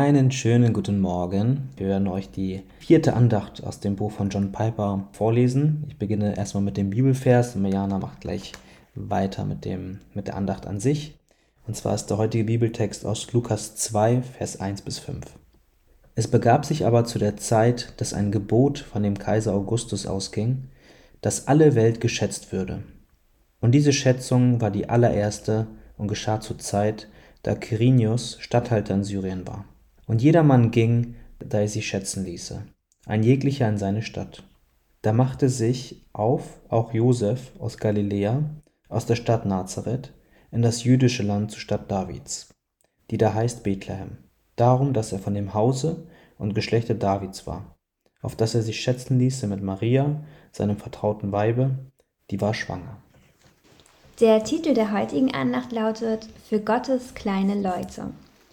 Einen schönen guten Morgen. Wir werden euch die 4. Andacht aus dem Buch von John Piper vorlesen. Ich beginne erstmal mit dem Bibelvers und Mariana macht gleich weiter mit der Andacht an sich. Und zwar ist der heutige Bibeltext aus Lukas 2, Vers 1 bis 5. Es begab sich aber zu der Zeit, dass ein Gebot von dem Kaiser Augustus ausging, dass alle Welt geschätzt würde. Und diese Schätzung war die allererste und geschah zur Zeit, da Quirinius Statthalter in Syrien war. Und jedermann ging, da er sich schätzen ließe, ein jeglicher in seine Stadt. Da machte sich auf auch Josef aus Galiläa, aus der Stadt Nazareth, in das jüdische Land zur Stadt Davids, die da heißt Bethlehem, darum, dass er von dem Hause und Geschlechte Davids war, auf dass er sich schätzen ließe mit Maria, seinem vertrauten Weibe, die war schwanger. Der Titel der heutigen Andacht lautet »Für Gottes kleine Leute«.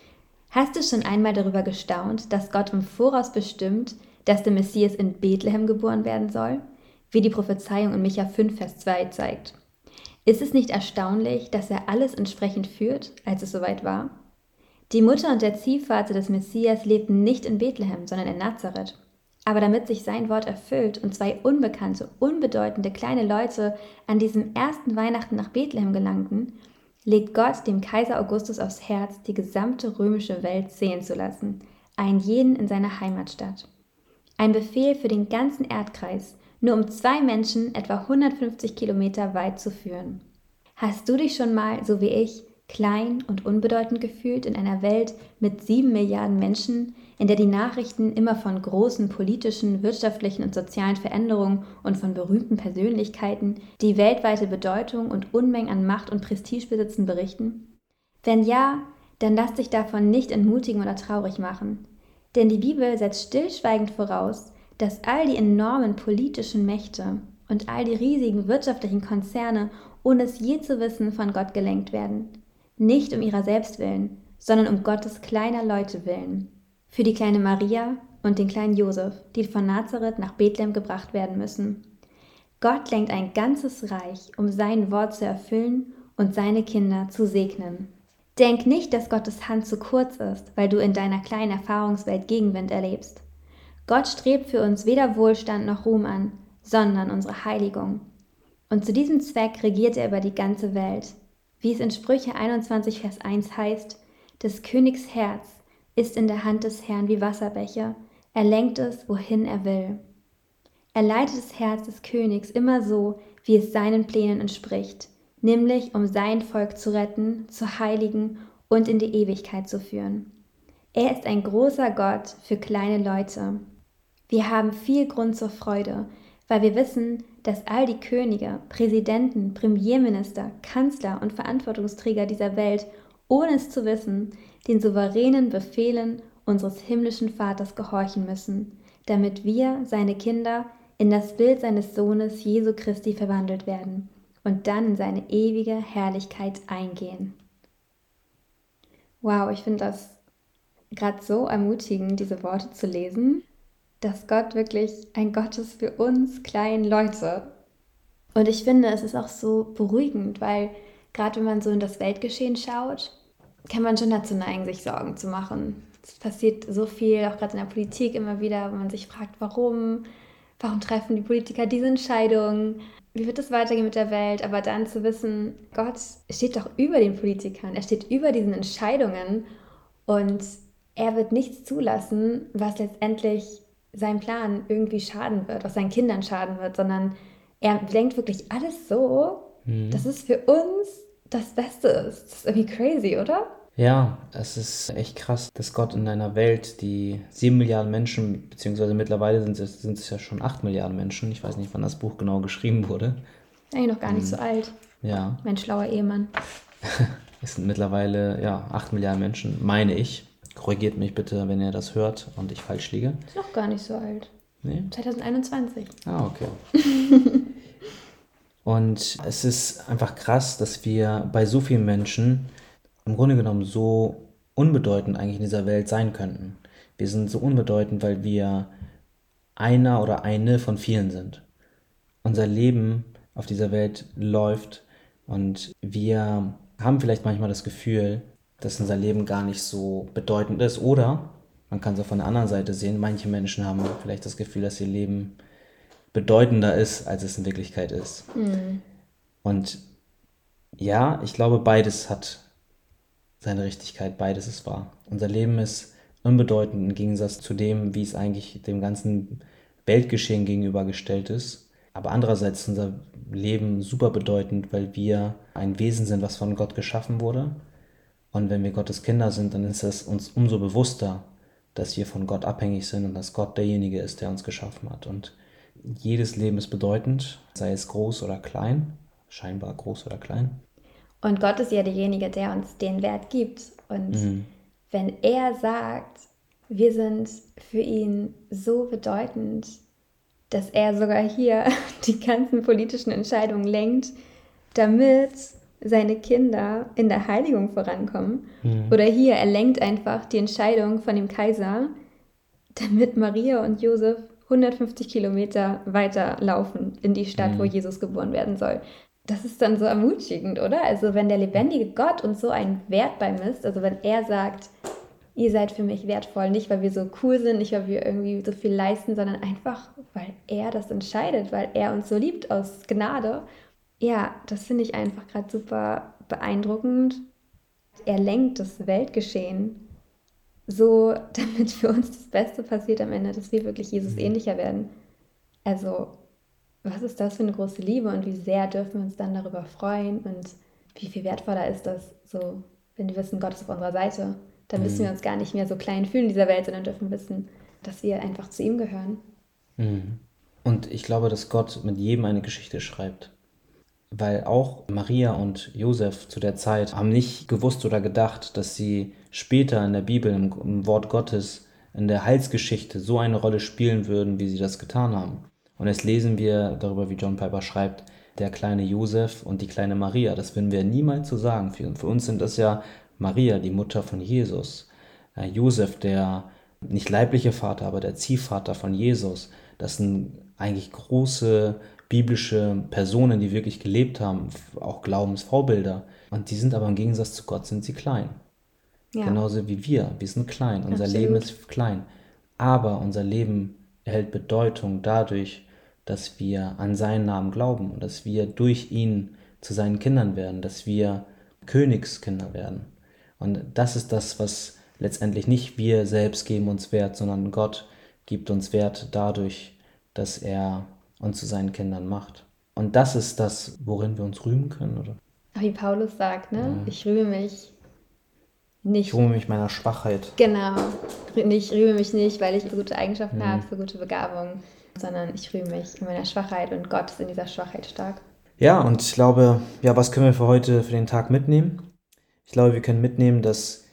Hast du schon einmal darüber gestaunt, dass Gott im Voraus bestimmt, dass der Messias in Bethlehem geboren werden soll, wie die Prophezeiung in Micha 5, Vers 2 zeigt? Ist es nicht erstaunlich, dass er alles entsprechend führt, als es soweit war? Die Mutter und der Ziehvater des Messias lebten nicht in Bethlehem, sondern in Nazareth. Aber damit sich sein Wort erfüllt und zwei unbekannte, unbedeutende kleine Leute an diesem ersten Weihnachten nach Bethlehem gelangten, legt Gott dem Kaiser Augustus aufs Herz, die gesamte römische Welt sehen zu lassen, einen jeden in seiner Heimatstadt. Ein Befehl für den ganzen Erdkreis, nur um 2 Menschen etwa 150 Kilometer weit zu führen. Hast du dich schon mal, so wie ich, klein und unbedeutend gefühlt in einer Welt mit 7 Milliarden Menschen, in der die Nachrichten immer von großen politischen, wirtschaftlichen und sozialen Veränderungen und von berühmten Persönlichkeiten, die weltweite Bedeutung und Unmengen an Macht und Prestige besitzen, berichten? Wenn ja, dann lass dich davon nicht entmutigen oder traurig machen. Denn die Bibel setzt stillschweigend voraus, dass all die enormen politischen Mächte und all die riesigen wirtschaftlichen Konzerne, ohne es je zu wissen, von Gott gelenkt werden. Nicht um ihrer selbst willen, sondern um Gottes kleiner Leute willen. Für die kleine Maria und den kleinen Josef, die von Nazareth nach Bethlehem gebracht werden müssen. Gott lenkt ein ganzes Reich, um sein Wort zu erfüllen und seine Kinder zu segnen. Denk nicht, dass Gottes Hand zu kurz ist, weil du in deiner kleinen Erfahrungswelt Gegenwind erlebst. Gott strebt für uns weder Wohlstand noch Ruhm an, sondern unsere Heiligung. Und zu diesem Zweck regiert er über die ganze Welt. Wie es in Sprüche 21, Vers 1 heißt, des Königs Herz ist in der Hand des Herrn wie Wasserbecher, er lenkt es, wohin er will. Er leitet das Herz des Königs immer so, wie es seinen Plänen entspricht, nämlich um sein Volk zu retten, zu heiligen und in die Ewigkeit zu führen. Er ist ein großer Gott für kleine Leute. Wir haben viel Grund zur Freude, weil wir wissen, dass all die Könige, Präsidenten, Premierminister, Kanzler und Verantwortungsträger dieser Welt, ohne es zu wissen, den souveränen Befehlen unseres himmlischen Vaters gehorchen müssen, damit wir, seine Kinder, in das Bild seines Sohnes Jesu Christi verwandelt werden und dann in seine ewige Herrlichkeit eingehen. Wow, ich finde das gerade so ermutigend, diese Worte zu lesen, dass Gott wirklich ein Gott ist für uns kleinen Leute. Und ich finde, es ist auch so beruhigend, weil gerade wenn man so in das Weltgeschehen schaut, kann man schon dazu neigen, sich Sorgen zu machen. Es passiert so viel, auch gerade in der Politik immer wieder, wo man sich fragt, warum treffen die Politiker diese Entscheidungen, wie wird es weitergehen mit der Welt, aber dann zu wissen, Gott steht doch über den Politikern, er steht über diesen Entscheidungen und er wird nichts zulassen, was letztendlich seinem Plan irgendwie schaden wird, was seinen Kindern schaden wird, sondern er lenkt wirklich alles so, dass es für uns das Beste ist. Das ist irgendwie crazy, oder? Ja, es ist echt krass, dass Gott in einer Welt, die 7 Milliarden Menschen, beziehungsweise mittlerweile sind es ja schon 8 Milliarden Menschen, ich weiß nicht, wann das Buch genau geschrieben wurde. Eigentlich noch gar nicht so alt. Ja, Mein schlauer Ehemann. es sind mittlerweile 8 Milliarden Menschen, meine ich. Korrigiert mich bitte, wenn ihr das hört und ich falsch liege. Ist noch gar nicht so alt. Nee? 2021. Ah, okay. Und es ist einfach krass, dass wir bei so vielen Menschen im Grunde genommen so unbedeutend eigentlich in dieser Welt sein könnten. Wir sind so unbedeutend, weil wir einer oder eine von vielen sind. Unser Leben auf dieser Welt läuft und wir haben vielleicht manchmal das Gefühl, dass unser Leben gar nicht so bedeutend ist oder Man kann es auch von der anderen Seite sehen. Manche Menschen haben vielleicht das Gefühl, dass ihr Leben bedeutender ist, als es in Wirklichkeit ist. Und ja, ich glaube, beides hat seine Richtigkeit, beides ist wahr. Unser Leben ist unbedeutend im Gegensatz zu dem, wie es eigentlich dem ganzen Weltgeschehen gegenübergestellt ist. Aber andererseits ist unser Leben super bedeutend, weil wir ein Wesen sind, was von Gott geschaffen wurde. Und wenn wir Gottes Kinder sind, dann ist es uns umso bewusster, dass wir von Gott abhängig sind und dass Gott derjenige ist, der uns geschaffen hat. Und jedes Leben ist bedeutend, sei es groß oder klein, scheinbar groß oder klein. Und Gott ist ja derjenige, der uns den Wert gibt. Und wenn er sagt, wir sind für ihn so bedeutend, dass er sogar hier die ganzen politischen Entscheidungen lenkt, damit seine Kinder in der Heiligung vorankommen. Oder hier, er lenkt einfach die Entscheidung von dem Kaiser, damit Maria und Josef 150 Kilometer weiter laufen in die Stadt, wo Jesus geboren werden soll. Das ist dann so ermutigend, oder? Also wenn der lebendige Gott uns so einen Wert beimisst, also wenn er sagt, ihr seid für mich wertvoll, nicht weil wir so cool sind, nicht weil wir irgendwie so viel leisten, sondern einfach, weil er das entscheidet, weil er uns so liebt aus Gnade. Ja, das finde ich einfach gerade super beeindruckend. Er lenkt das Weltgeschehen so, damit für uns das Beste passiert am Ende, dass wir wirklich Jesus ähnlicher werden. Also, was ist das für eine große Liebe und wie sehr dürfen wir uns dann darüber freuen und wie viel wertvoller ist das so, wenn wir wissen, Gott ist auf unserer Seite. Dann müssen wir uns gar nicht mehr so klein fühlen in dieser Welt, sondern dürfen wissen, dass wir einfach zu ihm gehören. Und ich glaube, dass Gott mit jedem eine Geschichte schreibt. Weil auch Maria und Josef zu der Zeit haben nicht gewusst oder gedacht, dass sie später in der Bibel, im Wort Gottes, in der Heilsgeschichte so eine Rolle spielen würden, wie sie das getan haben. Und jetzt lesen wir darüber, wie John Piper schreibt, der kleine Josef und die kleine Maria. Das würden wir niemals so sagen. Für uns sind das ja Maria, die Mutter von Jesus. Josef, der nicht leibliche Vater, aber der Ziehvater von Jesus. Das sind eigentlich große biblische Personen, die wirklich gelebt haben, auch Glaubensvorbilder. Und die sind aber im Gegensatz zu Gott, sind sie klein. Ja, Genauso wie wir. Wir sind klein. Unser absolut. Leben ist klein. Aber unser Leben erhält Bedeutung dadurch, dass wir an seinen Namen glauben und dass wir durch ihn zu seinen Kindern werden, dass wir Königskinder werden. Und das ist das, was letztendlich nicht wir selbst geben uns Wert, sondern Gott gibt uns Wert dadurch, dass er uns zu seinen Kindern macht. Und das ist das, worin wir uns rühmen können, oder? Wie Paulus sagt, ne? Ich rühme mich Ich nicht. rühme mich meiner Schwachheit. Genau. Ich rühme mich nicht, weil ich so gute Eigenschaften habe, so gute Begabungen, sondern ich rühme mich in meiner Schwachheit und Gott ist in dieser Schwachheit stark. Ja, und ich glaube, ja, was können wir für heute, für den Tag mitnehmen? Ich glaube, wir können mitnehmen, dass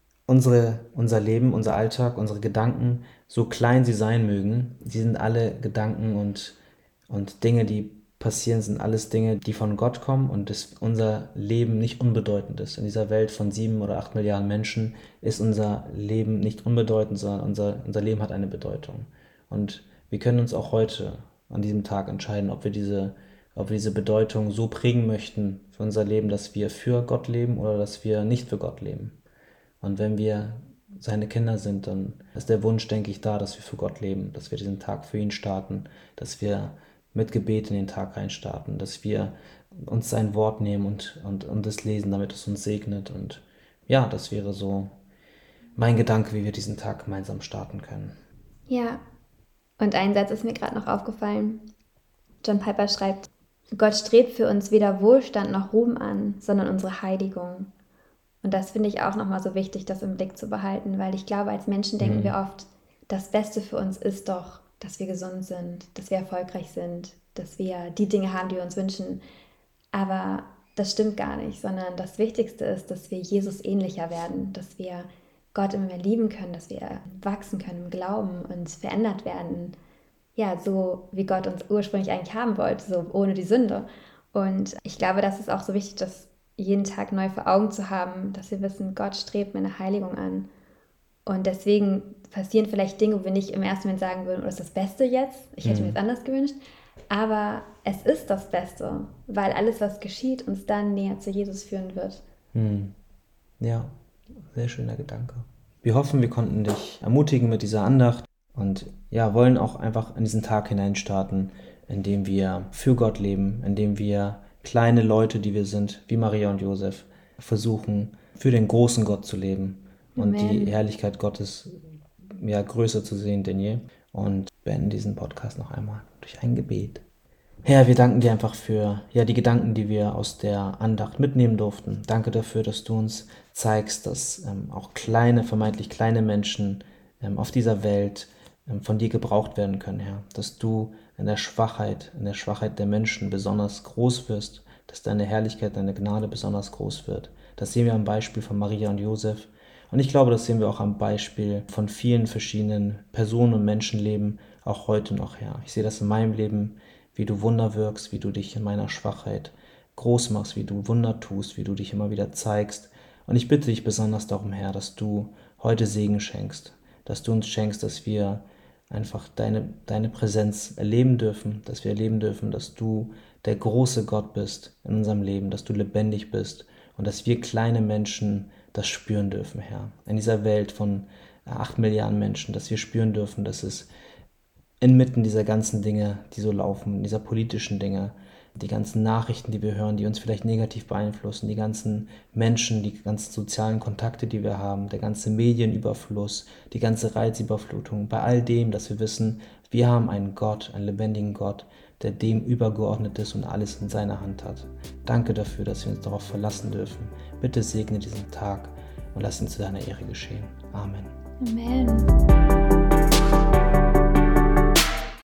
unser Leben, unser Alltag, unsere Gedanken, so klein sie sein mögen, sie sind alle Gedanken und Dinge, die passieren, sind alles Dinge, die von Gott kommen und dass unser Leben nicht unbedeutend ist. In dieser Welt von 7 oder 8 Milliarden Menschen ist unser Leben nicht unbedeutend, sondern unser Leben hat eine Bedeutung. Und wir können uns auch heute an diesem Tag entscheiden, ob wir diese Bedeutung so prägen möchten für unser Leben, dass wir für Gott leben oder dass wir nicht für Gott leben. Und wenn wir seine Kinder sind, dann ist der Wunsch, denke ich, da, dass wir für Gott leben, dass wir diesen Tag für ihn starten, dass wir mit Gebet in den Tag reinstarten, dass wir uns sein Wort nehmen und es lesen, damit es uns segnet. Und ja, das wäre so mein Gedanke, wie wir diesen Tag gemeinsam starten können. Ja. Und ein Satz ist mir gerade noch aufgefallen. John Piper schreibt, Gott strebt für uns weder Wohlstand noch Ruhm an, sondern unsere Heiligung. Und das finde ich auch nochmal so wichtig, das im Blick zu behalten, weil ich glaube, als Menschen denken wir oft, das Beste für uns ist doch, dass wir gesund sind, dass wir erfolgreich sind, dass wir die Dinge haben, die wir uns wünschen. Aber das stimmt gar nicht, sondern das Wichtigste ist, dass wir Jesus ähnlicher werden, dass wir Gott immer mehr lieben können, dass wir wachsen können im Glauben und verändert werden. Ja, so wie Gott uns ursprünglich eigentlich haben wollte, so ohne die Sünde. Und ich glaube, das ist auch so wichtig, das jeden Tag neu vor Augen zu haben, dass wir wissen, Gott strebt mir eine Heiligung an. Und deswegen passieren vielleicht Dinge, wo wir nicht im ersten Moment sagen würden, oh, das ist das Beste jetzt, ich hätte mir das anders gewünscht. Aber es ist das Beste, weil alles, was geschieht, uns dann näher zu Jesus führen wird. Ja, sehr schöner Gedanke. Wir hoffen, wir konnten dich ermutigen mit dieser Andacht und ja, wollen auch einfach in diesen Tag hineinstarten, in dem wir für Gott leben, in dem wir kleine Leute, die wir sind, wie Maria und Josef, versuchen, für den großen Gott zu leben und die Herrlichkeit Gottes ja, größer zu sehen denn je. Und beenden diesen Podcast noch einmal durch ein Gebet. Herr, wir danken dir einfach für die Gedanken, die wir aus der Andacht mitnehmen durften. Danke dafür, dass du uns zeigst, dass auch vermeintlich kleine Menschen auf dieser Welt von dir gebraucht werden können, Herr. Dass du in der Schwachheit der Menschen besonders groß wirst, dass deine Herrlichkeit, deine Gnade besonders groß wird. Das sehen wir am Beispiel von Maria und Josef. Und ich glaube, das sehen wir auch am Beispiel von vielen verschiedenen Personen und Menschenleben, auch heute noch, Herr. Ich sehe das in meinem Leben, wie du Wunder wirkst, wie du dich in meiner Schwachheit groß machst, wie du Wunder tust, wie du dich immer wieder zeigst. Und ich bitte dich besonders darum, Herr, dass du heute Segen schenkst, dass du uns schenkst, dass wir einfach deine Präsenz erleben dürfen, dass wir erleben dürfen, dass du der große Gott bist in unserem Leben, dass du lebendig bist und dass wir kleine Menschen das spüren dürfen, Herr. In dieser Welt von 8 Milliarden Menschen, dass wir spüren dürfen, dass es inmitten dieser ganzen Dinge, die so laufen, dieser politischen Dinge, die ganzen Nachrichten, die wir hören, die uns vielleicht negativ beeinflussen, die ganzen Menschen, die ganzen sozialen Kontakte, die wir haben, der ganze Medienüberfluss, die ganze Reizüberflutung, bei all dem, dass wir wissen, wir haben einen Gott, einen lebendigen Gott, der dem übergeordnet ist und alles in seiner Hand hat. Danke dafür, dass wir uns darauf verlassen dürfen. Bitte segne diesen Tag und lass ihn zu deiner Ehre geschehen. Amen. Amen.